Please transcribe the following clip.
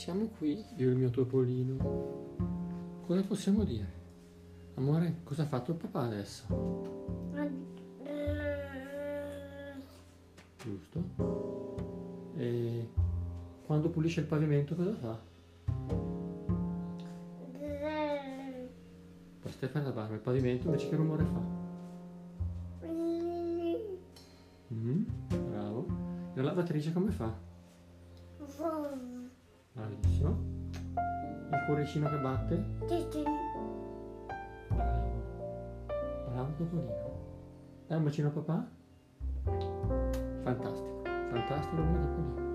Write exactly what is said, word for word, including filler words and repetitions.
Siamo qui, io e il mio topolino. Cosa possiamo dire? Amore, cosa ha fatto il papà adesso? Giusto? E quando pulisce il pavimento cosa fa? Poi Stefano la barba, il pavimento invece che rumore fa? Mm, bravo. La lavatrice come fa? Bravissimo. Il cuoricino che batte? Bravo. Bravo topolino. Dai un bacino a papà? Fantastico, fantastico il mio topolino.